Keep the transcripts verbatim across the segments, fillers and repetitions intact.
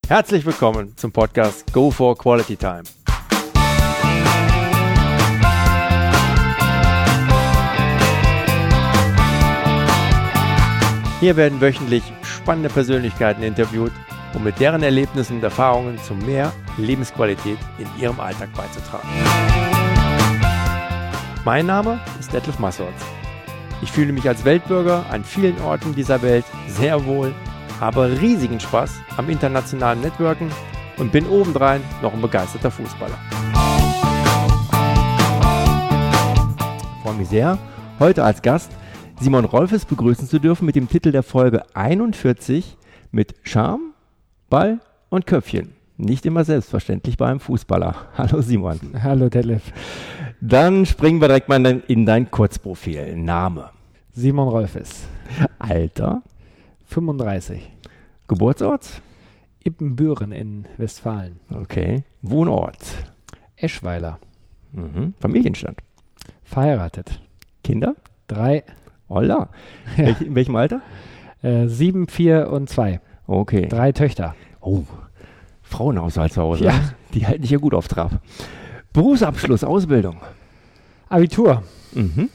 Herzlich willkommen zum Podcast Go for Quality Time. Hier werden wöchentlich spannende Persönlichkeiten interviewt, um mit deren Erlebnissen und Erfahrungen zu mehr Lebensqualität in ihrem Alltag beizutragen. Mein Name ist Detlef Massortz. Ich fühle mich als Weltbürger an vielen Orten dieser Welt sehr wohl, habe riesigen Spaß am internationalen Networken und bin obendrein noch ein begeisterter Fußballer. Ich freue mich sehr, heute als Gast Simon Rolfes begrüßen zu dürfen mit dem Titel der Folge einundvierzig mit Charme, Ball und Köpfchen. Nicht immer selbstverständlich bei einem Fußballer. Hallo Simon. Hallo Detlef. Dann springen wir direkt mal in dein Kurzprofil. Name? Simon Rolfes. Alter? fünfunddreißig. Geburtsort? Ippenbüren in Westfalen. Okay. Wohnort? Eschweiler. Mhm. Familienstand? Verheiratet. Kinder? Drei. Holla. Ja. Welch, in welchem Alter? Äh, sieben, vier und zwei. Okay. Drei Töchter. Oh, Frauenhaushalt zu Hause. Ja. Die halten dich ja gut auf Trab. Berufsabschluss, Ausbildung? Abitur. Mhm.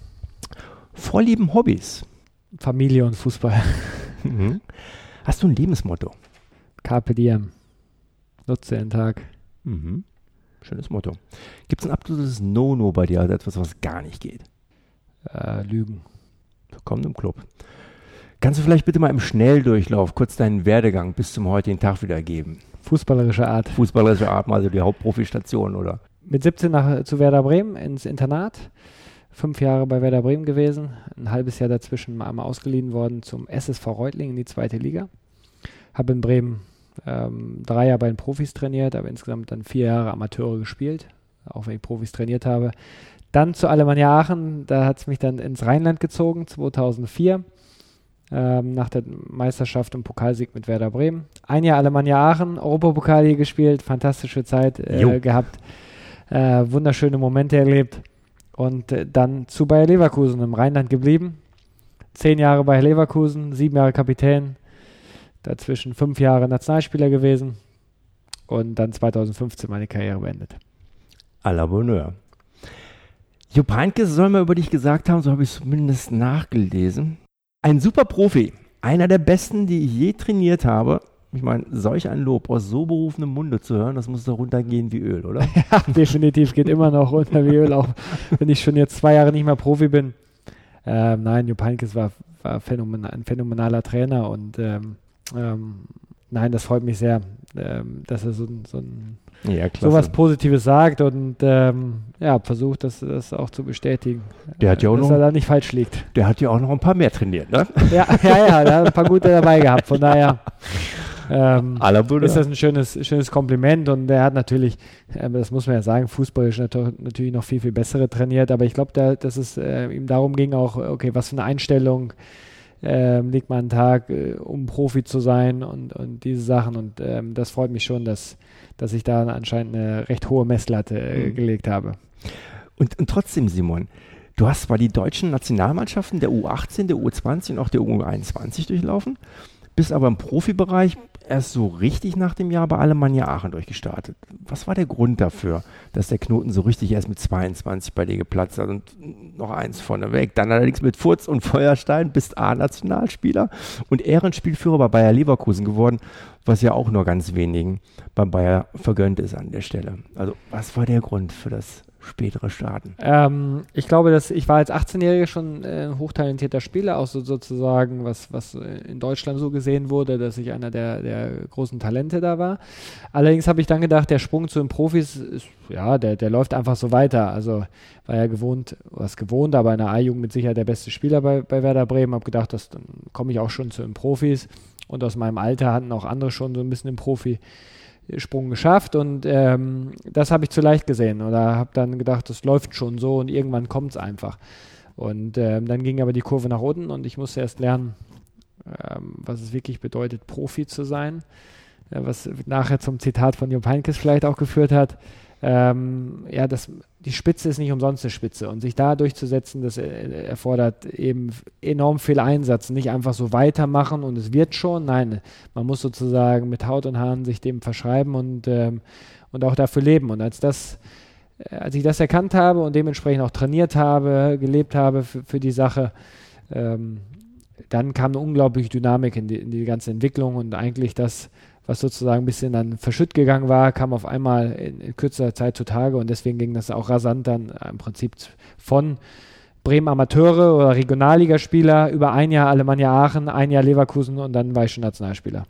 Vorlieben, Hobbys? Familie und Fußball. Mhm. Hast du ein Lebensmotto? Carpe diem. Nutze den Tag. Mhm. Schönes Motto. Gibt es ein absolutes No-No bei dir, also etwas, was gar nicht geht? Äh, Lügen. Willkommen im Club. Kannst du vielleicht bitte mal im Schnelldurchlauf kurz deinen Werdegang bis zum heutigen Tag wiedergeben? Fußballerische Art. Fußballerische Art, mal also die Hauptprofistation, oder? Mit siebzehn nach, zu Werder Bremen ins Internat. Fünf Jahre bei Werder Bremen gewesen. Ein halbes Jahr dazwischen mal einmal ausgeliehen worden zum S S V Reutlingen in die zweite Liga. Habe in Bremen ähm, drei Jahre bei den Profis trainiert, aber insgesamt dann vier Jahre Amateure gespielt, auch wenn ich Profis trainiert habe. Dann zu Alemannia Aachen, da hat es mich dann ins Rheinland gezogen, zweitausendvier, ähm, nach der Meisterschaft und Pokalsieg mit Werder Bremen. Ein Jahr Alemannia Aachen, Europapokal hier gespielt, fantastische Zeit äh, gehabt, äh, wunderschöne Momente erlebt und äh, dann zu Bayer Leverkusen im Rheinland geblieben. Zehn Jahre Bayer Leverkusen, sieben Jahre Kapitän, dazwischen fünf Jahre Nationalspieler gewesen und dann zweitausendfünfzehn meine Karriere beendet. À la Bonheur. Jupp Heynckes soll mal über dich gesagt haben, so habe ich es zumindest nachgelesen. Ein super Profi, einer der besten, die ich je trainiert habe. Ich meine, solch ein Lob aus so berufenem Munde zu hören, das muss doch runtergehen wie Öl, oder? Ja, definitiv, geht immer noch runter wie Öl, auch wenn ich schon jetzt zwei Jahre nicht mehr Profi bin. Ähm, nein, Jupp Heynckes war, war phänomenal, ein phänomenaler Trainer und ähm, ähm, nein, das freut mich sehr, ähm, dass er so, so ein Ja, so was Positives sagt und ähm, ja, versucht, das, das auch zu bestätigen, der hat ja auch dass noch, er da nicht falsch liegt. Der hat ja auch noch ein paar mehr trainiert, ne? Ja, ja, ja, der hat ein paar gute dabei gehabt, von daher ähm, ist das ein schönes, schönes Kompliment und er hat natürlich, äh, das muss man ja sagen, fußballisch natürlich noch viel, viel bessere trainiert, aber ich glaube, dass es äh, ihm darum ging auch, okay, was für eine Einstellung Ähm, legt man einen Tag, äh, um Profi zu sein und, und diese Sachen und ähm, das freut mich schon, dass, dass ich da anscheinend eine recht hohe Messlatte äh, mhm. gelegt habe. Und, und trotzdem, Simon, du hast zwar die deutschen Nationalmannschaften der U achtzehn, der U zwanzig und auch der U einundzwanzig durchlaufen, bist aber im Profibereich erst so richtig nach dem Jahr bei Alemannia Aachen durchgestartet. Was war der Grund dafür, dass der Knoten so richtig erst mit zweiundzwanzig bei dir geplatzt hat? Und noch eins vorneweg, dann allerdings mit Furz und Feuerstein bist A-Nationalspieler und Ehrenspielführer bei Bayer Leverkusen geworden, was ja auch nur ganz wenigen bei Bayer vergönnt ist an der Stelle. Also was war der Grund für das spätere Starten? Ähm, ich glaube, dass ich war als achtzehnjähriger schon äh, ein hochtalentierter Spieler, auch so, sozusagen, was, was in Deutschland so gesehen wurde, dass ich einer der, der großen Talente da war. Allerdings habe ich dann gedacht, der Sprung zu den Profis, ist, ja, der, der läuft einfach so weiter. Also war ja gewohnt, was gewohnt, aber in der A-Jugend mit Sicherheit der beste Spieler bei, bei Werder Bremen. Habe gedacht, dass, dann komme ich auch schon zu den Profis und aus meinem Alter hatten auch andere schon so ein bisschen den Profi Sprung geschafft und ähm, das habe ich zu leicht gesehen oder habe dann gedacht, das läuft schon so und irgendwann kommt es einfach. Und ähm, dann ging aber die Kurve nach unten und ich musste erst lernen, ähm, was es wirklich bedeutet, Profi zu sein, äh, was nachher zum Zitat von Jupp Heynckes vielleicht auch geführt hat. ähm, ja, das, die Spitze ist nicht umsonst eine Spitze und sich da durchzusetzen, das äh, erfordert eben enorm viel Einsatz, nicht einfach so weitermachen und es wird schon, nein, man muss sozusagen mit Haut und Haaren sich dem verschreiben und, ähm, und auch dafür leben und als das, äh, als ich das erkannt habe und dementsprechend auch trainiert habe, gelebt habe für, für die Sache, ähm, dann kam eine unglaubliche Dynamik in die, in die ganze Entwicklung und eigentlich das, was sozusagen ein bisschen dann verschütt gegangen war, kam auf einmal in, in kürzer Zeit zutage und deswegen ging das auch rasant dann im Prinzip von Bremen Amateure oder Regionalligaspieler über ein Jahr Alemannia Aachen, ein Jahr Leverkusen und dann war ich schon Nationalspieler.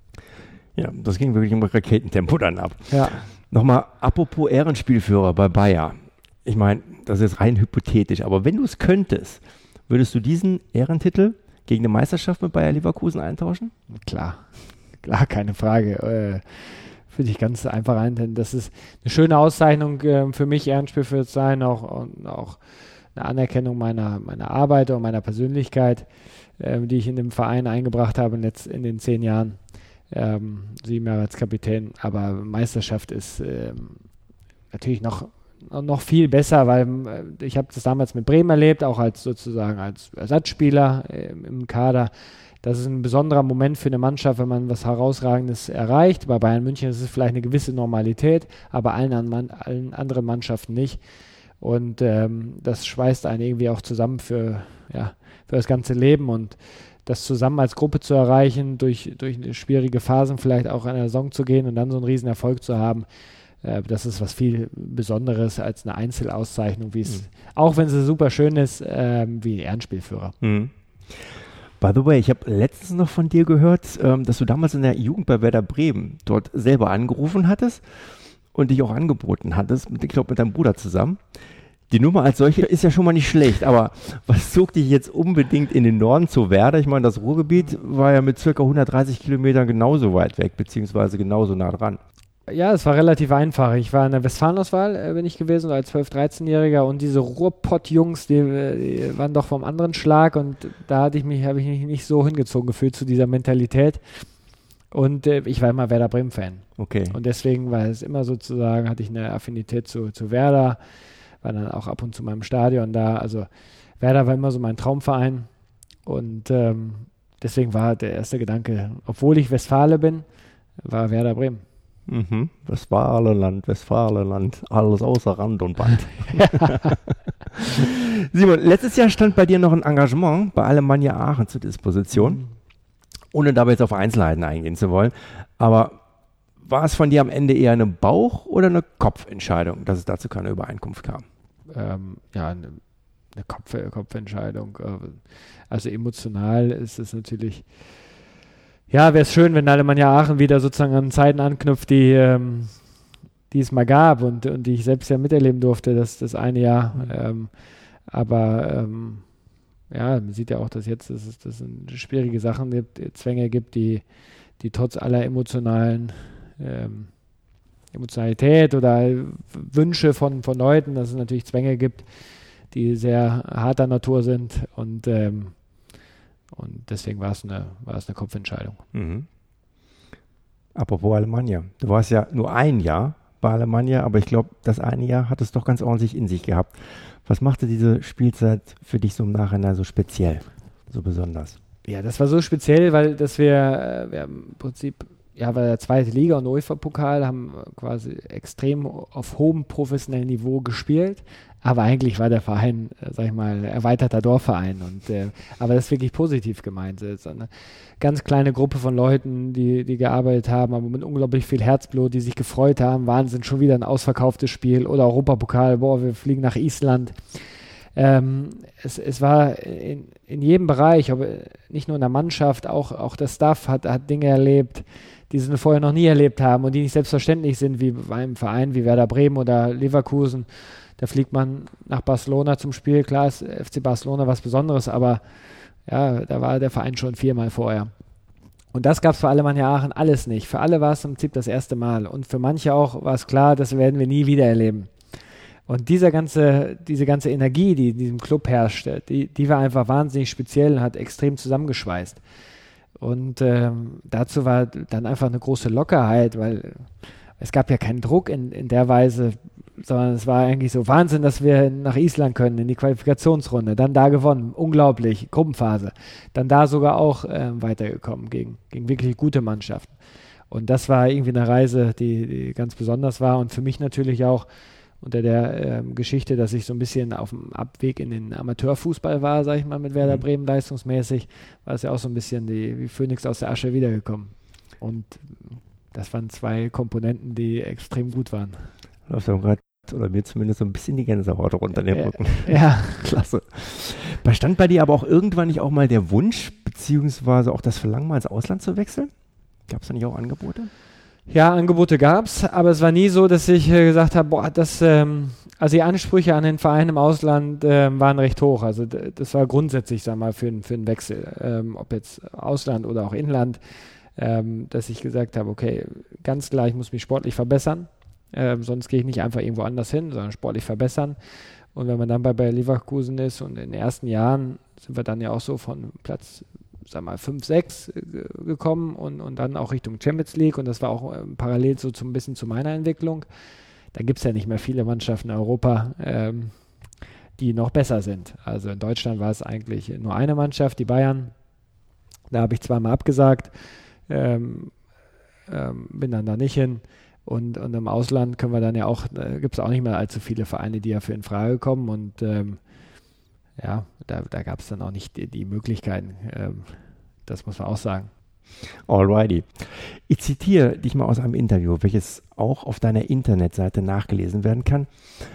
Ja, das ging wirklich im Raketentempo dann ab. Ja. Nochmal, apropos Ehrenspielführer bei Bayer. Ich meine, das ist rein hypothetisch, aber wenn du es könntest, würdest du diesen Ehrentitel gegen eine Meisterschaft mit Bayer Leverkusen eintauschen? Klar. Klar, keine Frage. Äh, Finde ich ganz einfach ein, denn das ist eine schöne Auszeichnung äh, für mich, Ehrenspielführer zu sein, auch, und auch eine Anerkennung meiner, meiner Arbeit und meiner Persönlichkeit, äh, die ich in dem Verein eingebracht habe in, jetzt, in den zehn Jahren, ähm, sieben Jahre als Kapitän. Aber Meisterschaft ist äh, natürlich noch, noch viel besser, weil äh, ich habe das damals mit Bremen erlebt, auch als sozusagen als Ersatzspieler äh, im Kader. Das ist ein besonderer Moment für eine Mannschaft, wenn man was Herausragendes erreicht. Bei Bayern München ist es vielleicht eine gewisse Normalität, aber allen, an, allen anderen Mannschaften nicht. Und ähm, das schweißt einen irgendwie auch zusammen für, ja, für das ganze Leben. Und das zusammen als Gruppe zu erreichen, durch, durch schwierige Phasen vielleicht auch in der Saison zu gehen und dann so einen riesen Erfolg zu haben, äh, das ist was viel Besonderes als eine Einzelauszeichnung, wie es, mhm. auch wenn sie super schön ist, äh, wie Ehrenspielführer. Mhm. By the way, ich habe letztens noch von dir gehört, ähm, dass du damals in der Jugend bei Werder Bremen dort selber angerufen hattest und dich auch angeboten hattest, mit, ich glaube mit deinem Bruder zusammen. Die Nummer als solche ist ja schon mal nicht schlecht, aber was zog dich jetzt unbedingt in den Norden zu Werder? Ich meine, das Ruhrgebiet war ja mit circa hundertdreißig Kilometern genauso weit weg, beziehungsweise genauso nah dran. Ja, es war relativ einfach. Ich war in der Westfalenauswahl, äh, bin ich gewesen, als zwölf-, dreizehnjähriger und diese Ruhrpott-Jungs, die, die waren doch vom anderen Schlag und da hatte ich mich, habe ich mich nicht so hingezogen gefühlt zu dieser Mentalität. Und äh, ich war immer Werder Bremen-Fan. Okay. Und deswegen war es immer sozusagen, hatte ich eine Affinität zu, zu Werder, war dann auch ab und zu meinem Stadion da. Also Werder war immer so mein Traumverein und ähm, deswegen war der erste Gedanke, obwohl ich Westfale bin, war Werder Bremen. Mhm. Westfalenland, Westfalenland, alles außer Rand und Band. Simon, letztes Jahr stand bei dir noch ein Engagement bei Alemannia Aachen zur Disposition, mhm. ohne dabei jetzt auf Einzelheiten eingehen zu wollen. Aber war es von dir am Ende eher eine Bauch- oder eine Kopfentscheidung, dass es dazu keine Übereinkunft kam? Ähm, ja, eine, eine Kopf, Kopfentscheidung. Also emotional ist es natürlich... Ja, wäre es schön, wenn Alemannia Aachen wieder sozusagen an Zeiten anknüpft, die, ähm, die es mal gab und, und die ich selbst ja miterleben durfte, das, das eine Jahr. Mhm. Ähm, aber ähm, ja, man sieht ja auch, dass jetzt dass es, dass es schwierige Sachen gibt, Zwänge gibt, die, die trotz aller emotionalen ähm, Emotionalität oder Wünsche von, von Leuten, dass es natürlich Zwänge gibt, die sehr harter Natur sind und ähm, Und deswegen war es eine, war es eine Kopfentscheidung. Mhm. Apropos Alemannia. Du warst ja nur ein Jahr bei Alemannia, aber ich glaube, das eine Jahr hat es doch ganz ordentlich in sich gehabt. Was machte diese Spielzeit für dich so im Nachhinein so speziell, so besonders? Ja, das war so speziell, weil dass wir, wir haben im Prinzip, ja, war der zweite Liga und UEFA-Pokal, haben quasi extrem auf hohem professionellen Niveau gespielt. Aber eigentlich war der Verein, äh, sag ich mal, erweiterter Dorfverein. Und, äh, aber das ist wirklich positiv gemeint. Es ist eine ganz kleine Gruppe von Leuten, die, die gearbeitet haben, aber mit unglaublich viel Herzblut, die sich gefreut haben. Wahnsinn, schon wieder ein ausverkauftes Spiel. Oder Europapokal, boah, wir fliegen nach Island. Ähm, es, es war in, in jedem Bereich, aber nicht nur in der Mannschaft, auch, auch der Staff hat, hat Dinge erlebt, die sie vorher noch nie erlebt haben und die nicht selbstverständlich sind, wie bei einem Verein wie Werder Bremen oder Leverkusen. Da fliegt man nach Barcelona zum Spiel. Klar ist F C Barcelona was Besonderes, aber ja, da war der Verein schon viermal vorher. Und das gab es für Alemannia Aachen alles nicht. Für alle war es im Prinzip das erste Mal. Und für manche auch war es klar, das werden wir nie wieder erleben. Und dieser ganze, diese ganze Energie, die in diesem Club herrschte, die, die war einfach wahnsinnig speziell und hat extrem zusammengeschweißt. Und ähm, dazu war dann einfach eine große Lockerheit, weil es gab ja keinen Druck in, in der Weise, sondern es war eigentlich so Wahnsinn, dass wir nach Island können, in die Qualifikationsrunde, dann da gewonnen, unglaublich, Gruppenphase, dann da sogar auch äh, weitergekommen gegen, gegen wirklich gute Mannschaften. Und das war irgendwie eine Reise, die, die ganz besonders war und für mich natürlich auch unter der ähm, Geschichte, dass ich so ein bisschen auf dem Abweg in den Amateurfußball war, sag ich mal, mit Werder Bremen leistungsmäßig, war es ja auch so ein bisschen die, wie Phönix aus der Asche wiedergekommen. Und das waren zwei Komponenten, die extrem gut waren. Läuft auch gerade, oder mir zumindest so ein bisschen die Gänsehaut runter den Rücken. Ja. Klasse. Bestand bei dir aber auch irgendwann nicht auch mal der Wunsch, beziehungsweise auch das Verlangen, mal ins Ausland zu wechseln? Gab es da nicht auch Angebote? Ja, Angebote gab es, aber es war nie so, dass ich äh, gesagt habe, boah, das, ähm, also die Ansprüche an den Verein im Ausland äh, waren recht hoch. Also d- das war grundsätzlich, sag mal, für, für einen Wechsel, ähm, ob jetzt Ausland oder auch Inland, ähm, dass ich gesagt habe, okay, ganz klar, ich muss mich sportlich verbessern, ähm, sonst gehe ich nicht einfach irgendwo anders hin, sondern sportlich verbessern. Und wenn man dann bei Bayer Leverkusen ist und in den ersten Jahren sind wir dann ja auch so von Platz sag mal, fünf, sechs äh, gekommen und, und dann auch Richtung Champions League und das war auch äh, parallel so zu, ein bisschen zu meiner Entwicklung. Da gibt es ja nicht mehr viele Mannschaften in Europa, ähm, die noch besser sind. Also in Deutschland war es eigentlich nur eine Mannschaft, die Bayern. Da habe ich zweimal abgesagt, ähm, ähm, bin dann da nicht hin. Und, und im Ausland können wir dann ja auch, äh, gibt es auch nicht mehr allzu viele Vereine, die dafür in Frage kommen und ähm, ja, da, da gab es dann auch nicht die, die Möglichkeiten. Ähm, das muss man auch sagen. Alrighty. Ich zitiere dich mal aus einem Interview, welches auch auf deiner Internetseite nachgelesen werden kann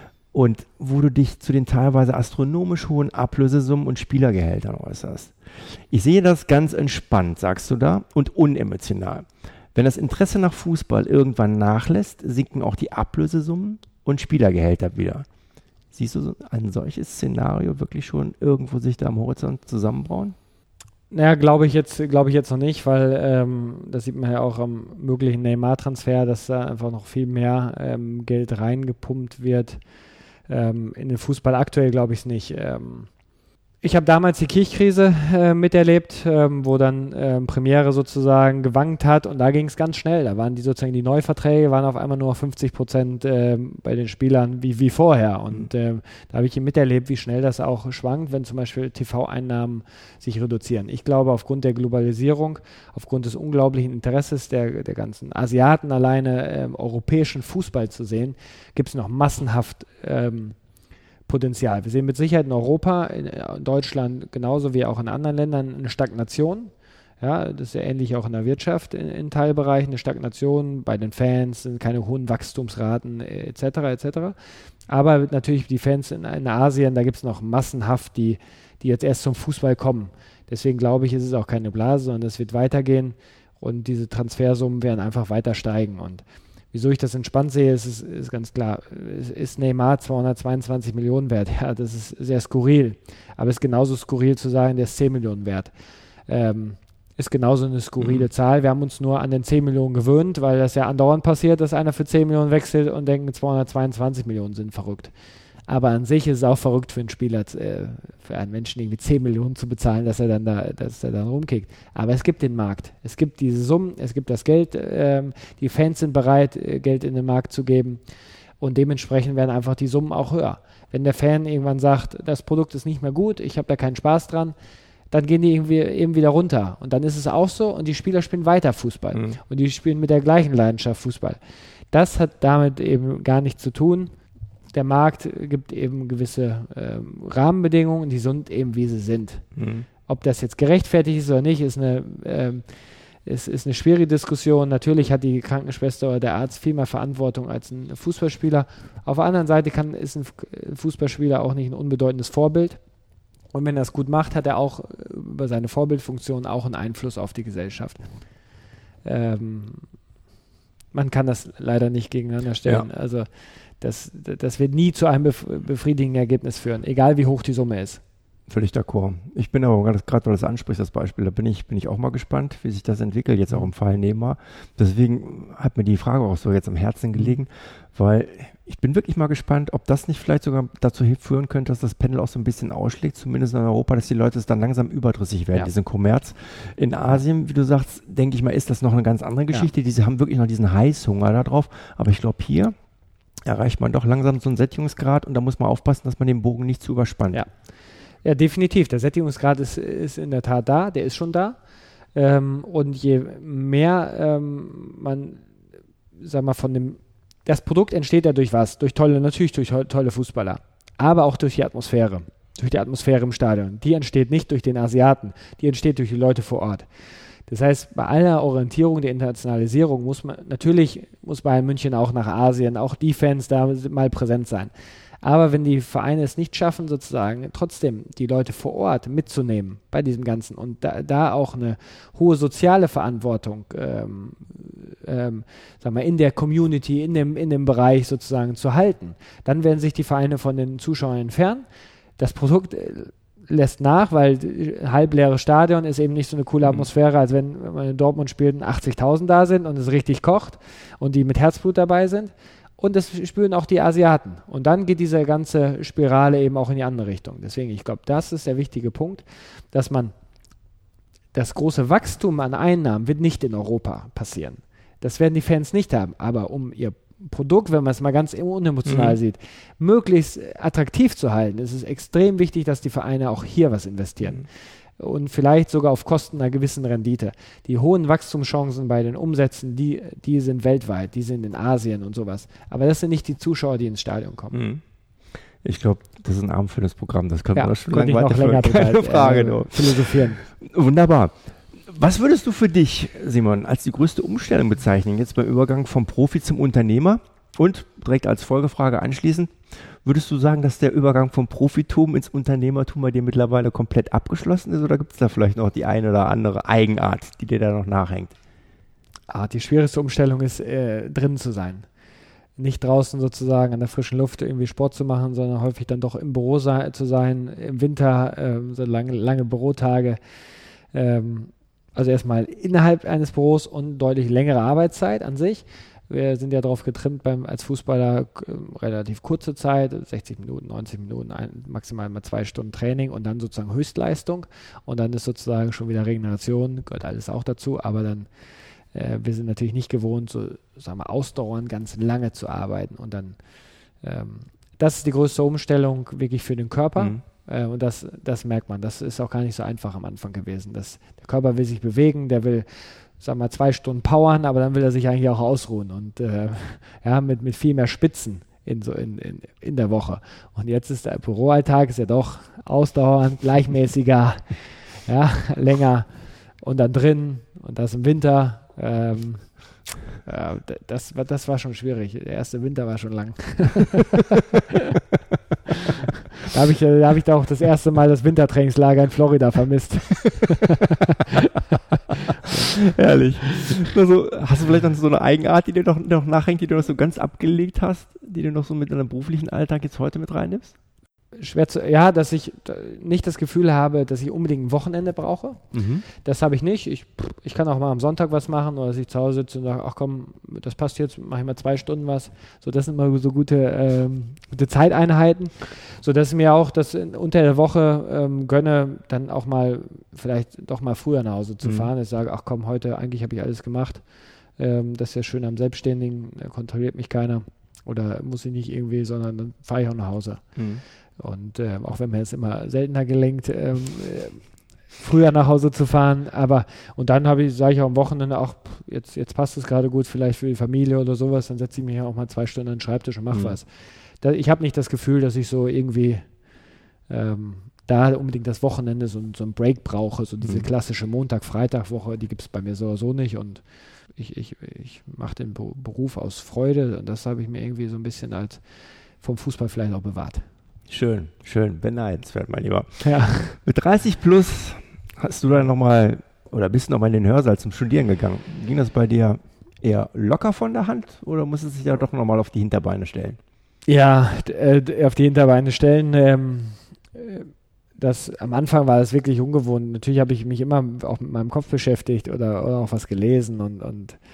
und wo du dich zu den teilweise astronomisch hohen Ablösesummen und Spielergehältern äußerst. Ich sehe das ganz entspannt, sagst du da, und unemotional. Wenn das Interesse nach Fußball irgendwann nachlässt, sinken auch die Ablösesummen und Spielergehälter wieder. Siehst du ein solches Szenario wirklich schon irgendwo sich da am Horizont zusammenbrauen? Naja, glaube ich jetzt, glaube ich jetzt noch nicht, weil ähm, das sieht man ja auch am möglichen Neymar-Transfer, dass da einfach noch viel mehr ähm, Geld reingepumpt wird. Ähm, in den Fußball aktuell glaube ich es nicht. Ähm, ich habe damals die Kirchkrise äh, miterlebt, ähm, wo dann ähm, Premiere sozusagen gewankt hat und da ging es ganz schnell. Da waren die sozusagen die Neuverträge, waren auf einmal nur fünfzig Prozent ähm, bei den Spielern wie, wie vorher. Und ähm, da habe ich miterlebt, wie schnell das auch schwankt, wenn zum Beispiel T V-Einnahmen sich reduzieren. Ich glaube, aufgrund der Globalisierung, aufgrund des unglaublichen Interesses der, der ganzen Asiaten alleine ähm, europäischen Fußball zu sehen, gibt es noch massenhaft ähm, Potenzial. Wir sehen mit Sicherheit in Europa, in Deutschland genauso wie auch in anderen Ländern eine Stagnation. Ja, das ist ja ähnlich auch in der Wirtschaft in, in Teilbereichen, eine Stagnation bei den Fans, sind keine hohen Wachstumsraten et cetera et cetera. Aber natürlich die Fans in, in Asien, da gibt es noch massenhaft, die, die jetzt erst zum Fußball kommen. Deswegen glaube ich, ist es auch keine Blase, sondern es wird weitergehen und diese Transfersummen werden einfach weiter steigen. Und wieso ich das entspannt sehe, ist, ist, ist ganz klar. Ist Neymar zweihundertzweiundzwanzig Millionen wert? Ja, das ist sehr skurril. Aber es ist genauso skurril zu sagen, der ist zehn Millionen wert. Ähm, ist genauso eine skurrile mhm. Zahl. Wir haben uns nur an den zehn Millionen gewöhnt, weil das ja andauernd passiert, dass einer für zehn Millionen wechselt und denkt, zweihundertzweiundzwanzig Millionen sind verrückt. Aber an sich ist es auch verrückt für einen Spieler, äh, für einen Menschen irgendwie zehn Millionen zu bezahlen, dass er dann da, dass er dann rumkickt. Aber es gibt den Markt. Es gibt diese Summen, es gibt das Geld. Ähm, die Fans sind bereit, äh, Geld in den Markt zu geben. Und dementsprechend werden einfach die Summen auch höher. Wenn der Fan irgendwann sagt, das Produkt ist nicht mehr gut, ich habe da keinen Spaß dran, dann gehen die irgendwie eben wieder runter. Und dann ist es auch so und die Spieler spielen weiter Fußball. Mhm. Und die spielen mit der gleichen Leidenschaft Fußball. Das hat damit eben gar nichts zu tun. Der Markt gibt eben gewisse ähm, Rahmenbedingungen, die sind eben, wie sie sind. Mhm. Ob das jetzt gerechtfertigt ist oder nicht, ist eine, ähm, ist, ist eine schwierige Diskussion. Natürlich hat die Krankenschwester oder der Arzt viel mehr Verantwortung als ein Fußballspieler. Auf der anderen Seite kann, ist ein Fußballspieler auch nicht ein unbedeutendes Vorbild. Und wenn er es gut macht, hat er auch über seine Vorbildfunktion auch einen Einfluss auf die Gesellschaft. Ähm, man kann das leider nicht gegeneinander stellen. Ja. Also das, das wird nie zu einem befriedigenden Ergebnis führen, egal wie hoch die Summe ist. Völlig d'accord. Ich bin aber gerade, weil du das ansprichst, das Beispiel, da bin ich, bin ich auch mal gespannt, wie sich das entwickelt, jetzt auch im Fall Neymar. Deswegen hat mir die Frage auch so jetzt am Herzen gelegen, weil Ich bin wirklich mal gespannt, ob das nicht vielleicht sogar dazu führen könnte, dass das Pendel auch so ein bisschen ausschlägt, zumindest in Europa, dass die Leute es dann langsam überdrüssig werden, ja. diesen Kommerz. In Asien, wie du sagst, denke ich mal, ist das noch eine ganz andere Geschichte. Ja. Diese haben wirklich noch diesen Heißhunger da drauf. Aber ich glaube, hier erreicht man doch langsam so einen Sättigungsgrad und da muss man aufpassen, dass man den Bogen nicht zu überspannt. Ja, ja definitiv. Der Sättigungsgrad ist, ist in der Tat da, der ist schon da. Ähm, und je mehr ähm, man, sag mal, von dem Das Produkt entsteht ja durch was? Durch tolle, natürlich durch tolle Fußballer, aber auch durch die Atmosphäre, durch die Atmosphäre im Stadion. Die entsteht nicht durch den Asiaten, die entsteht durch die Leute vor Ort. Das heißt, bei aller Orientierung der Internationalisierung muss man, natürlich muss Bayern München auch nach Asien, auch die Fans da mal präsent sein. Aber wenn die Vereine es nicht schaffen, sozusagen trotzdem die Leute vor Ort mitzunehmen bei diesem Ganzen und da, da auch eine hohe soziale Verantwortung ähm, ähm, sag mal, in der Community, in dem, in dem Bereich sozusagen zu halten, dann werden sich die Vereine von den Zuschauern entfernen. Das Produkt äh, lässt nach, weil halbleere Stadion ist eben nicht so eine coole Atmosphäre, als wenn, wenn man in Dortmund spielt und achtzigtausend da sind und es richtig kocht und die mit Herzblut dabei sind. Und das spüren auch die Asiaten. Und dann geht diese ganze Spirale eben auch in die andere Richtung. Deswegen, ich glaube, das ist der wichtige Punkt, dass man das große Wachstum an Einnahmen wird nicht in Europa passieren. Das werden die Fans nicht haben. Aber um ihr Produkt, wenn man es mal ganz unemotional mhm. sieht, möglichst attraktiv zu halten, ist es extrem wichtig, dass die Vereine auch hier was investieren. Mhm. Und vielleicht sogar auf Kosten einer gewissen Rendite. Die hohen Wachstumschancen bei den Umsätzen, die, die sind weltweit, die sind in Asien und sowas. Aber das sind nicht die Zuschauer, die ins Stadion kommen. Ich glaube, das ist ein abendfüllendes Programm. Das können ja, wir schon lange weiterführen. Keine Frage. Äh, philosophieren. Wunderbar. Was würdest du für dich, Simon, als die größte Umstellung bezeichnen, jetzt beim Übergang vom Profi zum Unternehmer? Und direkt als Folgefrage anschließend, würdest du sagen, dass der Übergang vom Profitum ins Unternehmertum bei dir mittlerweile komplett abgeschlossen ist oder gibt es da vielleicht noch die eine oder andere Eigenart, die dir da noch nachhängt? Ah, die schwierigste Umstellung ist, äh, drin zu sein. Nicht draußen sozusagen an der frischen Luft irgendwie Sport zu machen, sondern häufig dann doch im Büro sei, zu sein, im Winter ähm, so lange, lange Bürotage. Ähm, also erstmal innerhalb eines Büros und deutlich längere Arbeitszeit an sich. Wir sind ja darauf getrimmt, beim, als Fußballer äh, relativ kurze Zeit, sechzig Minuten, neunzig Minuten, ein, maximal mal zwei Stunden Training und dann sozusagen Höchstleistung. Und dann ist sozusagen schon wieder Regeneration, gehört alles auch dazu. Aber dann, äh, wir sind natürlich nicht gewohnt, so sagen wir, ausdauernd ganz lange zu arbeiten. Und dann, ähm, das ist die größte Umstellung wirklich für den Körper. Mhm. Äh, und das, das merkt man. Das ist auch gar nicht so einfach am Anfang gewesen. Das, der Körper will sich bewegen, der will sagen wir zwei Stunden powern, aber dann will er sich eigentlich auch ausruhen und äh, ja, mit, mit viel mehr Spitzen in, so in, in, in der Woche. Und jetzt ist der Büroalltag ist ja doch ausdauernd, gleichmäßiger, ja, länger und dann drin und das im Winter. Ähm, ja, das, das war schon schwierig. Der erste Winter war schon lang. Da habe ich, da hab ich da auch das erste Mal das Wintertrainingslager in Florida vermisst. Herrlich. Also, hast du vielleicht noch so eine Eigenart, die dir noch, noch nachhängt, die du noch so ganz abgelegt hast, die du noch so mit deinem beruflichen Alltag jetzt heute mit reinnimmst? Schwer zu, ja, dass ich nicht das Gefühl habe, dass ich unbedingt ein Wochenende brauche. Mhm. Das habe ich nicht. Ich, ich kann auch mal am Sonntag was machen oder dass ich zu Hause sitze und sage, ach komm, das passt jetzt, mache ich mal zwei Stunden was. So, das sind immer so gute, ähm, gute Zeiteinheiten, sodass ich mir auch das in, unter der Woche ähm, gönne, dann auch mal vielleicht doch mal früher nach Hause zu mhm. fahren. Ich sage, ach komm, heute eigentlich habe ich alles gemacht. Ähm, das ist ja schön am Selbstständigen, da kontrolliert mich keiner oder muss ich nicht irgendwie, sondern dann fahre ich auch nach Hause. Mhm. Und äh, auch wenn mir jetzt immer seltener gelingt, ähm, äh, früher nach Hause zu fahren, aber und dann habe ich, sage ich auch am Wochenende auch, jetzt, jetzt passt es gerade gut, vielleicht für die Familie oder sowas, dann setze ich mich auch mal zwei Stunden an den Schreibtisch und mache mhm. was. Da, ich habe nicht das Gefühl, dass ich so irgendwie ähm, da unbedingt das Wochenende so, so einen Break brauche, so diese mhm. klassische Montag-Freitag-Woche, die gibt es bei mir so oder so nicht und ich, ich, ich mache den Beruf aus Freude und das habe ich mir irgendwie so ein bisschen als vom Fußball vielleicht auch bewahrt. Schön, schön, beneidenswert, mein Lieber. Ja. Mit dreißig plus hast du dann nochmal, oder bist du nochmal in den Hörsaal zum Studieren gegangen. Ging das bei dir eher locker von der Hand oder musstest du dich ja doch nochmal auf die Hinterbeine stellen? Ja, äh, auf die Hinterbeine stellen. Ähm, das, am Anfang war das wirklich ungewohnt. Natürlich habe ich mich immer auch mit meinem Kopf beschäftigt oder, oder auch was gelesen und, und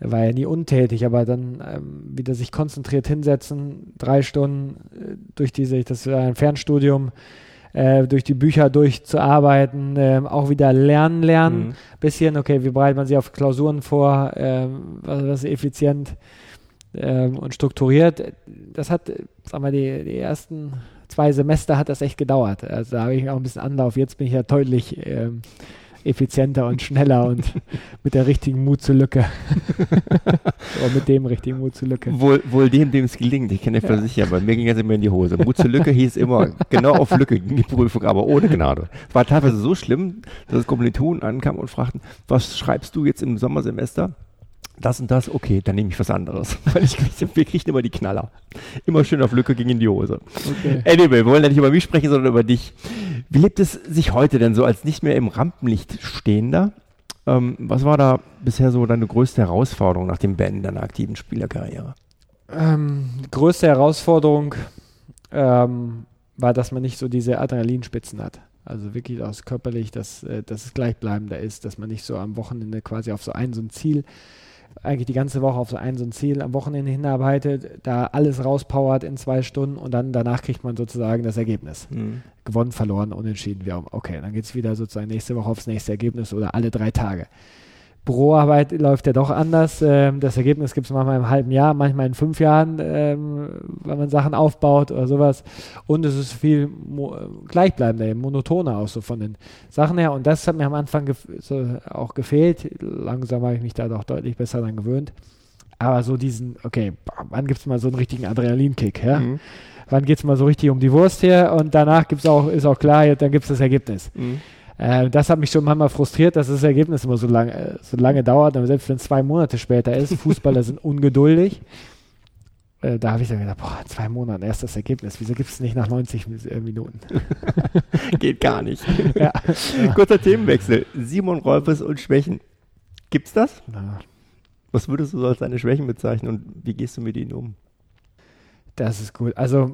er war ja nie untätig, aber dann ähm, wieder sich konzentriert hinsetzen, drei Stunden äh, durch diese, das war ein Fernstudium, äh, durch die Bücher durchzuarbeiten, äh, auch wieder lernen, lernen, mhm. bisschen, okay, wie bereitet man sich auf Klausuren vor, äh, was, was ist effizient äh, und strukturiert. Das hat, sagen wir, die, die ersten zwei Semester hat das echt gedauert. Also da habe ich auch ein bisschen Anlauf. Jetzt bin ich ja deutlich äh, effizienter und schneller und mit der richtigen Mut zur Lücke. Oder mit dem richtigen Mut zur Lücke. Wohl, wohl dem, dem es gelingt. Ich kann dir versichern, bei mir ging das immer in die Hose. Mut zur Lücke hieß immer genau auf Lücke ging die Prüfung, aber ohne Gnade. Es war teilweise so schlimm, dass Kommilitonen ankamen und fragten, was schreibst du jetzt im Sommersemester? Das und das, okay, dann nehme ich was anderes. Weil ich krieg, wir kriegen immer die Knaller. Immer schön auf Lücke ging in die Hose. Okay. Anyway, wir wollen ja nicht über mich sprechen, sondern über dich. Wie lebt es sich heute denn so als nicht mehr im Rampenlicht Stehender? Ähm, was war da bisher so deine größte Herausforderung nach dem Beenden deiner aktiven Spielerkarriere? Ähm, die größte Herausforderung ähm, war, dass man nicht so diese Adrenalinspitzen hat. Also wirklich aus körperlich, dass, äh, dass es gleichbleibender ist, dass man nicht so am Wochenende quasi auf so ein, so ein Ziel eigentlich die ganze Woche auf so ein, so ein Ziel am Wochenende hinarbeitet, da alles rauspowert in zwei Stunden und dann danach kriegt man sozusagen das Ergebnis. Mhm. Gewonnen, verloren, unentschieden, wie auch. Okay, dann geht es wieder sozusagen nächste Woche aufs nächste Ergebnis oder alle drei Tage. Büroarbeit läuft ja doch anders. Ähm, das Ergebnis gibt es manchmal im halben Jahr, manchmal in fünf Jahren, ähm, wenn man Sachen aufbaut oder sowas. Und es ist viel mo- gleichbleibender, monotoner auch so von den Sachen her. Und das hat mir am Anfang gef- so auch gefehlt. Langsam habe ich mich da doch deutlich besser dran gewöhnt. Aber so diesen, okay, wann gibt es mal so einen richtigen Adrenalinkick? Ja? Mhm. Wann geht es mal so richtig um die Wurst her? Und danach gibt's auch, ist auch klar, dann gibt es das Ergebnis. Mhm. Das hat mich schon manchmal frustriert, dass das Ergebnis immer so lange, so lange dauert, aber selbst wenn es zwei Monate später ist. Fußballer sind ungeduldig. Äh, da habe ich dann gedacht, boah, zwei Monate erst das Ergebnis. Wieso gibt es nicht nach neunzig Minuten? Geht gar nicht. Ja. Ja. Kurzer Themenwechsel. Simon Rolfes und Schwächen. Gibt's das? Ja. Was würdest du so als deine Schwächen bezeichnen und wie gehst du mit ihnen um? Das ist gut. Also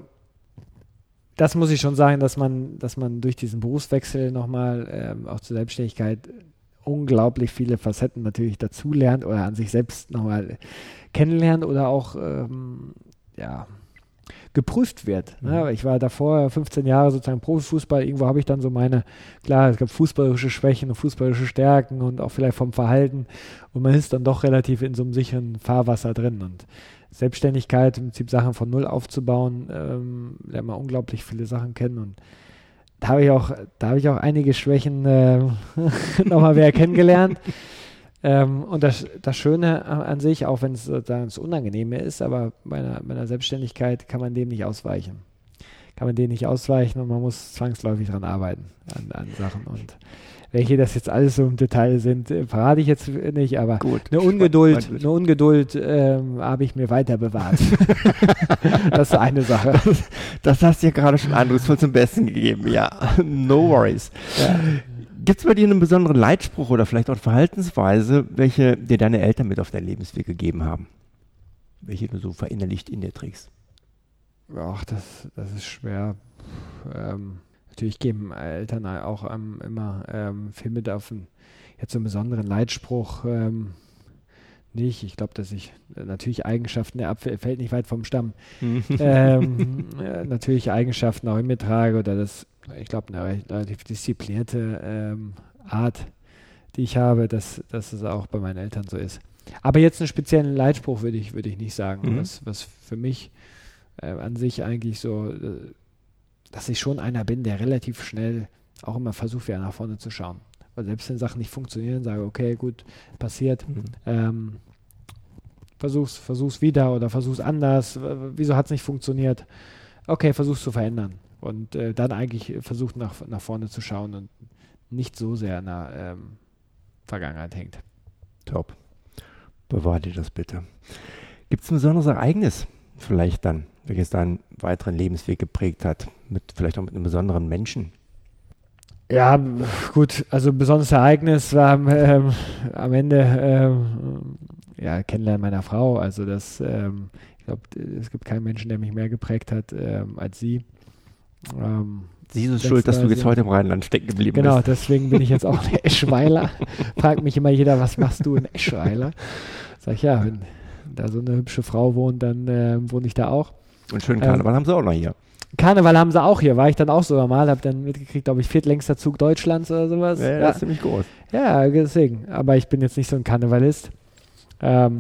das muss ich schon sagen, dass man, dass man durch diesen Berufswechsel nochmal ähm, auch zur Selbstständigkeit unglaublich viele Facetten natürlich dazulernt oder an sich selbst nochmal kennenlernt oder auch ähm, ja, geprüft wird. Mhm. Ne? Ich war davor fünfzehn Jahre sozusagen Profifußball, irgendwo habe ich dann so meine, klar, es gab fußballerische Schwächen und fußballerische Stärken und auch vielleicht vom Verhalten und man ist dann doch relativ in so einem sicheren Fahrwasser drin und Selbstständigkeit, im Prinzip Sachen von Null aufzubauen, ähm, lernt man unglaublich viele Sachen kennen und da habe ich auch, da habe ich auch einige Schwächen äh, nochmal mehr kennengelernt. ähm, und das, das Schöne an sich, auch wenn es das Unangenehme ist, aber bei einer, bei einer Selbstständigkeit kann man dem nicht ausweichen. Kann man dem nicht ausweichen und man muss zwangsläufig dran arbeiten, an, an Sachen und welche das jetzt alles so im Detail sind, verrate ich jetzt nicht, aber Gut, eine Ungeduld, eine Ungeduld ähm, habe ich mir weiter bewahrt. Das ist eine Sache. Das, das hast du ja gerade schon eindrucksvoll zum Besten gegeben, ja. No worries. Ja. Gibt es bei dir einen besonderen Leitspruch oder vielleicht auch Verhaltensweise, welche dir deine Eltern mit auf deinen Lebensweg gegeben haben? Welche du so verinnerlicht in dir trägst? Ach, das, das ist schwer. Ähm, Natürlich geben Eltern auch ähm, immer ähm, viel mit auf einen, jetzt so einen besonderen Leitspruch ähm, nicht. Ich glaube, dass ich äh, natürlich Eigenschaften, der Apfel fällt nicht weit vom Stamm, ähm, äh, natürlich Eigenschaften auch in mir trage oder das, ich glaube, eine relativ disziplinierte ähm, Art, die ich habe, dass, dass es auch bei meinen Eltern so ist. Aber jetzt einen speziellen Leitspruch würde ich, würde ich nicht sagen, mhm. was, was für mich äh, an sich eigentlich so äh, dass ich schon einer bin, der relativ schnell auch immer versucht, wieder nach vorne zu schauen. Weil selbst wenn Sachen nicht funktionieren, sage okay, gut, passiert, mhm. ähm, versuch's, versuch's wieder oder versuch's anders, wieso hat es nicht funktioniert? Okay, versuch's zu verändern. Und äh, dann eigentlich versucht, nach, nach vorne zu schauen und nicht so sehr in der ähm, Vergangenheit hängt. Top. Bewahr dir das bitte. Gibt es ein besonderes Ereignis vielleicht dann, welches deinen weiteren Lebensweg geprägt hat, mit vielleicht auch mit einem besonderen Menschen? Ja, gut, also ein besonderes Ereignis war ähm, am Ende ähm, ja, Kennenlernen meiner Frau. Also das, ähm, ich glaube, es gibt keinen Menschen, der mich mehr geprägt hat ähm, als sie. Ähm, Sie ist schuld, dass du jetzt heute im Rheinland stecken geblieben genau, bist. Genau, deswegen bin ich jetzt auch in Eschweiler. Fragt mich immer jeder, was machst du in Eschweiler? Sag ich, ja, wenn da so eine hübsche Frau wohnt, dann äh, wohne ich da auch. Und schönen Karneval ähm, haben sie auch noch hier. Karneval haben sie auch hier, war ich dann auch sogar mal, habe dann mitgekriegt, glaube ich, viertlängster Zug Deutschlands oder sowas. Ja, ja, das ist ziemlich groß. Ja, deswegen. Aber ich bin jetzt nicht so ein Karnevalist. Ähm,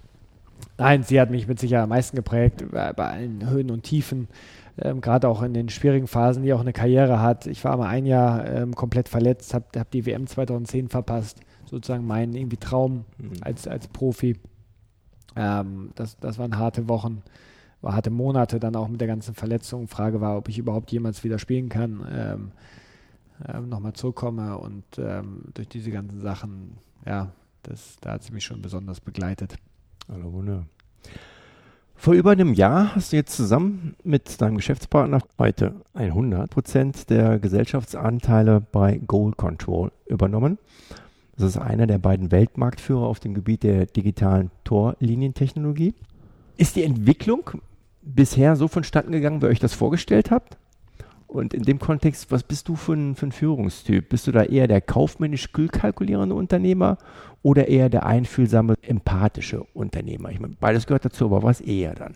nein, sie hat mich mit Sicherheit am meisten geprägt, bei, bei allen Höhen und Tiefen, ähm, gerade auch in den schwierigen Phasen, die auch eine Karriere hat. Ich war mal ein Jahr ähm, komplett verletzt, habe hab die W M zweitausendzehn verpasst, sozusagen meinen irgendwie Traum mhm. als, als Profi. Ähm, das, das waren harte Wochen. War harte Monate dann auch mit der ganzen Verletzung. Frage war, ob ich überhaupt jemals wieder spielen kann, ähm, ähm, nochmal zurückkomme und ähm, durch diese ganzen Sachen, ja, das, da hat sie mich schon besonders begleitet. Hallo, wunderbar. Vor über einem Jahr hast du jetzt zusammen mit deinem Geschäftspartner heute hundert Prozent der Gesellschaftsanteile bei Goal Control übernommen. Das ist einer der beiden Weltmarktführer auf dem Gebiet der digitalen Torlinientechnologie. Ist die Entwicklung bisher so vonstatten gegangen, wie ihr euch das vorgestellt habt? Und in dem Kontext, was bist du für ein, für ein Führungstyp? Bist du da eher der kaufmännisch kühlkalkulierende Unternehmer oder eher der einfühlsame, empathische Unternehmer? Ich meine, beides gehört dazu, aber was eher dann?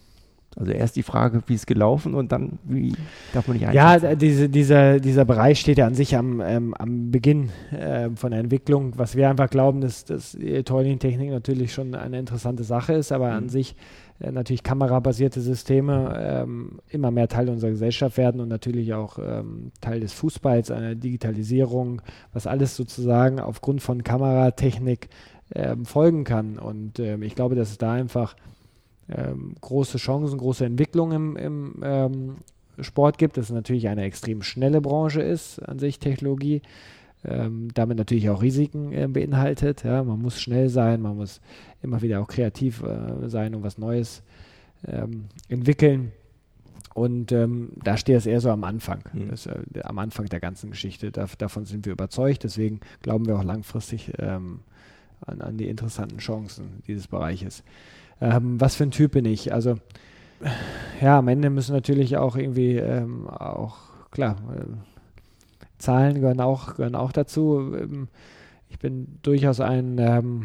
Also erst die Frage, wie ist gelaufen und dann, wie darf man nicht einschätzen? Ja, diese, dieser, dieser Bereich steht ja an sich am, ähm, am Beginn äh, von der Entwicklung. Was wir einfach glauben, dass, dass die Torlinientechnik natürlich schon eine interessante Sache ist, aber mhm. an sich äh, natürlich kamerabasierte Systeme ähm, immer mehr Teil unserer Gesellschaft werden und natürlich auch ähm, Teil des Fußballs, einer Digitalisierung, was alles sozusagen aufgrund von Kameratechnik ähm, folgen kann. Und ähm, ich glaube, dass es da einfach Ähm, große Chancen, große Entwicklungen im, im ähm, Sport gibt, dass es natürlich eine extrem schnelle Branche ist, an sich Technologie, ähm, damit natürlich auch Risiken äh, beinhaltet. Ja, man muss schnell sein, man muss immer wieder auch kreativ äh, sein und was Neues ähm, entwickeln. Und ähm, da steht es eher so am Anfang, mhm. das, äh, am Anfang der ganzen Geschichte. Da, davon sind wir überzeugt, deswegen glauben wir auch langfristig ähm, an, an die interessanten Chancen dieses Bereiches. Ähm, was für ein Typ bin ich? Also, ja, am Ende müssen natürlich auch irgendwie ähm, auch, klar, äh, Zahlen gehören auch, gehören auch dazu. Ähm, ich bin durchaus ein ähm,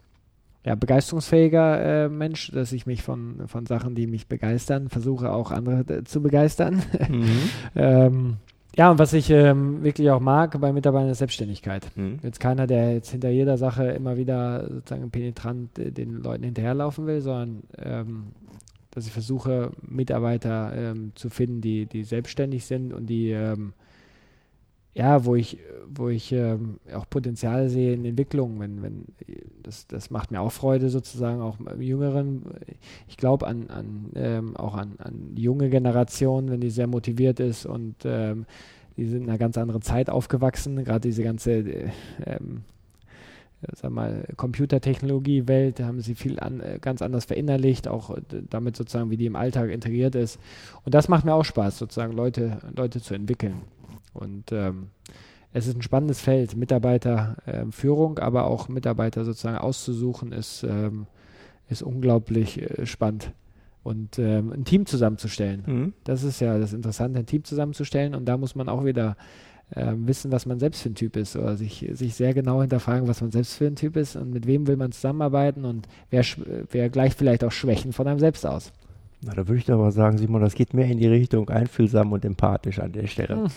ja, begeisterungsfähiger äh, Mensch, dass ich mich von, von Sachen, die mich begeistern, versuche auch andere äh, zu begeistern. Mhm. ähm, Ja, und was ich ähm, wirklich auch mag bei Mitarbeitern ist Selbstständigkeit. Mhm. Jetzt keiner, der jetzt hinter jeder Sache immer wieder sozusagen penetrant äh, den Leuten hinterherlaufen will, sondern ähm, dass ich versuche, Mitarbeiter ähm, zu finden, die, die selbstständig sind und die, ähm, ja, wo ich, wo ich ähm, auch Potenzial sehe in Entwicklung. Wenn, wenn, das, das macht mir auch Freude sozusagen, auch im Jüngeren. Ich glaube an, an, ähm, auch an, an die junge Generation, wenn die sehr motiviert ist und ähm, die sind in einer ganz anderen Zeit aufgewachsen. Gerade diese ganze äh, ähm, sag mal, Computertechnologie-Welt, da haben sie viel an, äh, ganz anders verinnerlicht, auch äh, damit sozusagen, wie die im Alltag integriert ist. Und das macht mir auch Spaß, sozusagen Leute, Leute zu entwickeln. Und ähm, es ist ein spannendes Feld, Mitarbeiterführung, äh, aber auch Mitarbeiter sozusagen auszusuchen, ist, ähm, ist unglaublich äh, spannend. Und ähm, ein Team zusammenzustellen, mhm. das ist ja das Interessante, ein Team zusammenzustellen. Und da muss man auch wieder äh, wissen, was man selbst für ein Typ ist, oder sich, sich sehr genau hinterfragen, was man selbst für ein Typ ist und mit wem will man zusammenarbeiten und wer, wer gleicht vielleicht auch Schwächen von einem selbst aus. Na, da würde ich aber sagen, Simon, das geht mehr in die Richtung einfühlsam und empathisch an der Stelle. Hm.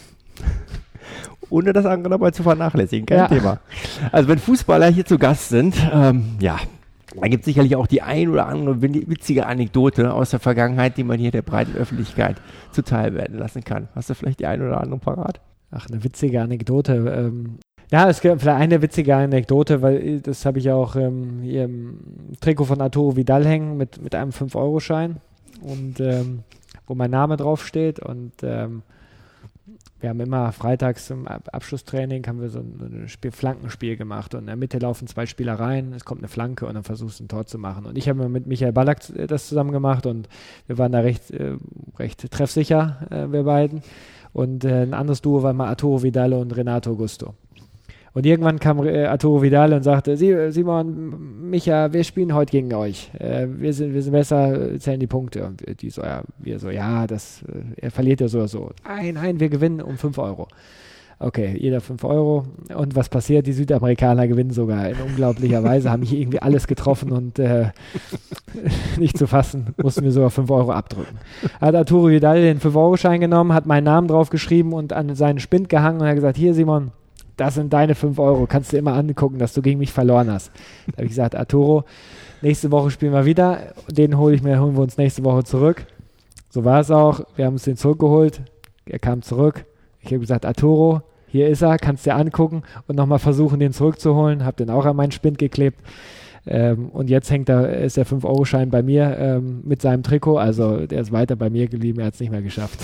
Ohne das andere dabei zu vernachlässigen, kein ja. Thema. Also wenn Fußballer hier zu Gast sind, ähm, ja, da gibt es sicherlich auch die ein oder andere witzige Anekdote aus der Vergangenheit, die man hier der breiten Öffentlichkeit zuteil werden lassen kann. Hast du vielleicht die ein oder andere parat? Ach, eine witzige Anekdote. Ähm, ja, es gibt vielleicht eine witzige Anekdote, weil das habe ich auch ähm, hier im Trikot von Arturo Vidal hängen mit, mit einem fünf Euro Schein und ähm, wo mein Name draufsteht und ähm, wir haben immer freitags zum Abschlusstraining haben wir so ein Spiel, Flankenspiel gemacht und in der Mitte laufen zwei Spieler rein, es kommt eine Flanke und dann versuchst du ein Tor zu machen. Und ich habe mit Michael Ballack das zusammen gemacht und wir waren da recht, äh, recht treffsicher, äh, wir beiden. Und äh, ein anderes Duo war mal Arturo Vidal und Renato Augusto. Und irgendwann kam äh, Arturo Vidal und sagte, Simon, Micha, wir spielen heute gegen euch. Äh, wir, sind, wir sind besser, zählen die Punkte. Und die so, ja, wir so, ja, das, äh, er verliert ja so oder so. Nein, nein, wir gewinnen um fünf Euro. Okay, jeder fünf Euro. Und was passiert? Die Südamerikaner gewinnen sogar in unglaublicher Weise, haben hier irgendwie alles getroffen und äh, nicht zu fassen, mussten wir sogar fünf Euro abdrücken. Hat Arturo Vidal den fünf Euro Schein genommen, hat meinen Namen drauf geschrieben und an seinen Spind gehangen und hat gesagt, hier Simon, das sind deine fünf Euro, kannst du immer angucken, dass du gegen mich verloren hast. Da habe ich gesagt, Arturo, nächste Woche spielen wir wieder, den hole ich mir, holen wir uns nächste Woche zurück. So war es auch, wir haben uns den zurückgeholt, er kam zurück, ich habe gesagt, Arturo, hier ist er, kannst dir angucken und nochmal versuchen, den zurückzuholen. Hab den auch an meinen Spind geklebt. Ähm, und jetzt hängt da, ist der fünf Euro Schein bei mir ähm, mit seinem Trikot. Also der ist weiter bei mir geblieben, er hat es nicht mehr geschafft.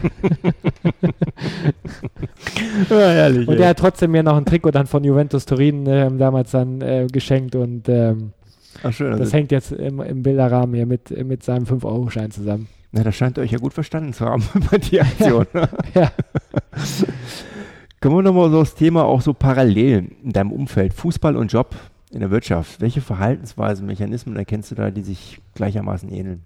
Ja, ehrlich, und er hat trotzdem mir noch ein Trikot dann von Juventus Turin ähm, damals dann äh, geschenkt. Und ähm, Ach, schön, das also hängt jetzt im, im Bilderrahmen hier mit, mit seinem fünf Euro Schein zusammen. Na, das scheint ihr euch ja gut verstanden zu haben über die Aktion. Ja. Ja. Kommen wir nochmal so das Thema auch so parallel in deinem Umfeld, Fußball und Job in der Wirtschaft. Welche Verhaltensweisen, Mechanismen erkennst du da, die sich gleichermaßen ähneln?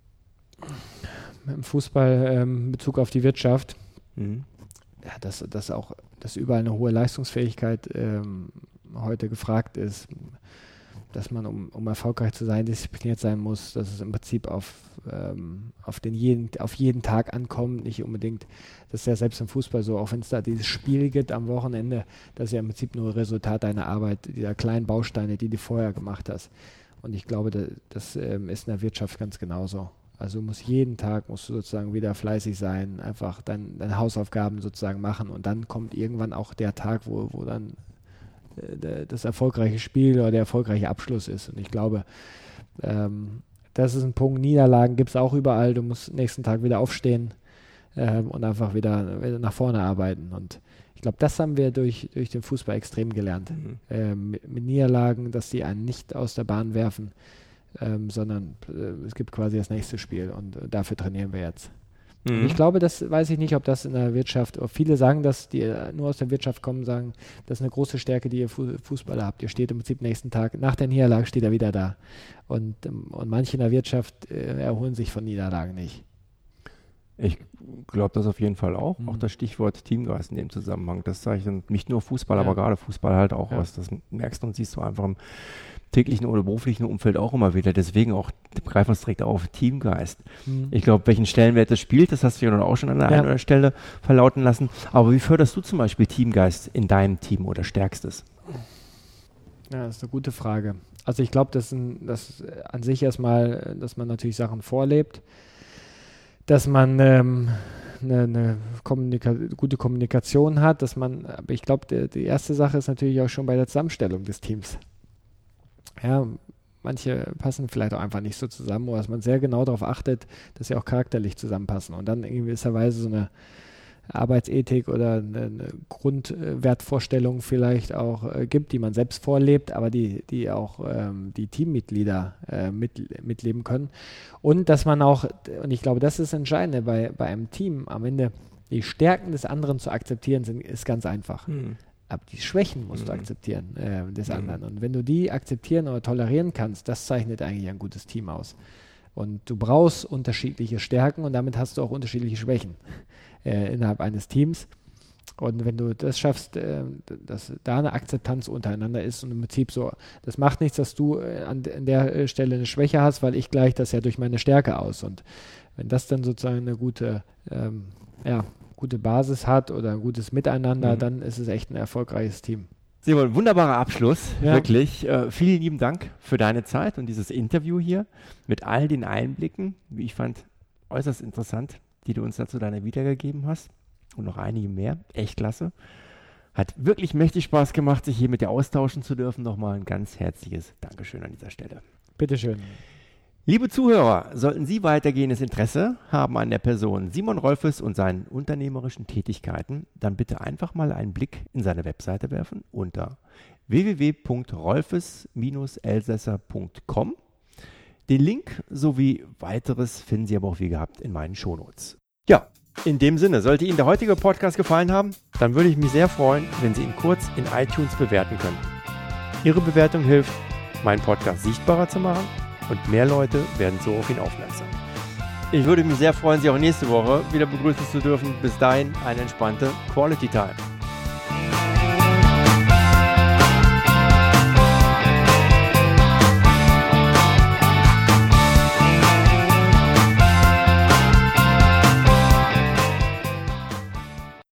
Im Fußball ähm, in Bezug auf die Wirtschaft, Mhm. ja, dass, dass auch dass überall eine hohe Leistungsfähigkeit ähm, heute gefragt ist, dass man, um, um erfolgreich zu sein, diszipliniert sein muss, dass es im Prinzip auf, ähm, auf, den jeden, auf jeden Tag ankommt, nicht unbedingt, das ist ja selbst im Fußball so, auch wenn es da dieses Spiel gibt am Wochenende, das ist ja im Prinzip nur Resultat deiner Arbeit, dieser kleinen Bausteine, die du vorher gemacht hast. Und ich glaube, das, das ähm, ist in der Wirtschaft ganz genauso. Also du musst jeden Tag, musst du sozusagen wieder fleißig sein, einfach dein, deine Hausaufgaben sozusagen machen und dann kommt irgendwann auch der Tag, wo, wo dann das erfolgreiche Spiel oder der erfolgreiche Abschluss ist. Und ich glaube, ähm, das ist ein Punkt. Niederlagen gibt es auch überall. Du musst nächsten Tag wieder aufstehen ähm, und einfach wieder, wieder nach vorne arbeiten. Und ich glaube, das haben wir durch, durch den Fußball extrem gelernt. Mhm. Ähm, mit, mit Niederlagen, dass die einen nicht aus der Bahn werfen, ähm, sondern äh, es gibt quasi das nächste Spiel und äh, dafür trainieren wir jetzt. Mhm. Ich glaube, das weiß ich nicht, ob das in der Wirtschaft, viele sagen das, die nur aus der Wirtschaft kommen, sagen, das ist eine große Stärke, die ihr Fußballer habt. Ihr steht im Prinzip nächsten Tag, nach der Niederlage steht er wieder da. Und, und manche in der Wirtschaft äh, erholen sich von Niederlagen nicht. Ich glaube das auf jeden Fall auch. Mhm. Auch das Stichwort Teamgeist in dem Zusammenhang. Das zeichnet nicht nur Fußball, Ja. aber gerade Fußball halt auch Ja. aus. Das merkst du und siehst du einfach im täglichen oder beruflichen Umfeld auch immer wieder. Deswegen auch greifen wir es direkt auf, Teamgeist. Mhm. Ich glaube, welchen Stellenwert das spielt, das hast du ja nun auch schon an der Ja. einen oder anderen Stelle verlauten lassen. Aber wie förderst du zum Beispiel Teamgeist in deinem Team oder stärkst es? Ja, das ist eine gute Frage. Also ich glaube, das, das an sich erstmal, dass man natürlich Sachen vorlebt, dass man ähm, eine, eine Kommunika- gute Kommunikation hat, dass man, aber ich glaube, die, die erste Sache ist natürlich auch schon bei der Zusammenstellung des Teams. Ja, manche passen vielleicht auch einfach nicht so zusammen, oder dass man sehr genau darauf achtet, dass sie auch charakterlich zusammenpassen und dann in gewisser Weise so eine Arbeitsethik oder eine, eine Grundwertvorstellung vielleicht auch äh, gibt, die man selbst vorlebt, aber die, die auch ähm, die Teammitglieder äh, mit, mitleben können. Und dass man auch, und ich glaube, das ist entscheidend bei, bei einem Team, am Ende die Stärken des anderen zu akzeptieren, sind, ist ganz einfach. Hm. Aber die Schwächen musst Mhm. du akzeptieren äh, des Mhm. anderen. Und wenn du die akzeptieren oder tolerieren kannst, das zeichnet eigentlich ein gutes Team aus. Und du brauchst unterschiedliche Stärken und damit hast du auch unterschiedliche Schwächen äh, innerhalb eines Teams. Und wenn du das schaffst, äh, dass da eine Akzeptanz untereinander ist und im Prinzip so, das macht nichts, dass du äh, an, an der äh, Stelle eine Schwäche hast, weil ich gleiche das ja durch meine Stärke aus. Und wenn das dann sozusagen eine gute, ähm, ja, gute Basis hat oder ein gutes Miteinander, Mhm. dann ist es echt ein erfolgreiches Team. Simon, wunderbarer Abschluss, Ja. wirklich. Äh, vielen lieben Dank für deine Zeit und dieses Interview hier mit all den Einblicken, wie ich fand, äußerst interessant, die du uns dazu deiner wiedergegeben hast und noch einige mehr. Echt klasse. Hat wirklich mächtig Spaß gemacht, sich hier mit dir austauschen zu dürfen. Nochmal ein ganz herzliches Dankeschön an dieser Stelle. Bitteschön. Liebe Zuhörer, sollten Sie weitergehendes Interesse haben an der Person Simon Rolfes und seinen unternehmerischen Tätigkeiten, dann bitte einfach mal einen Blick in seine Webseite werfen unter w w w punkt rolfes Bindestrich elsässer punkt com. Den Link sowie weiteres finden Sie aber auch wie gehabt in meinen Shownotes. Ja, In dem Sinne, sollte Ihnen der heutige Podcast gefallen haben, dann würde ich mich sehr freuen, wenn Sie ihn kurz in iTunes bewerten können. Ihre Bewertung hilft, meinen Podcast sichtbarer zu machen und mehr Leute werden so auf ihn aufmerksam. Ich würde mich sehr freuen, Sie auch nächste Woche wieder begrüßen zu dürfen. Bis dahin eine entspannte Quality Time.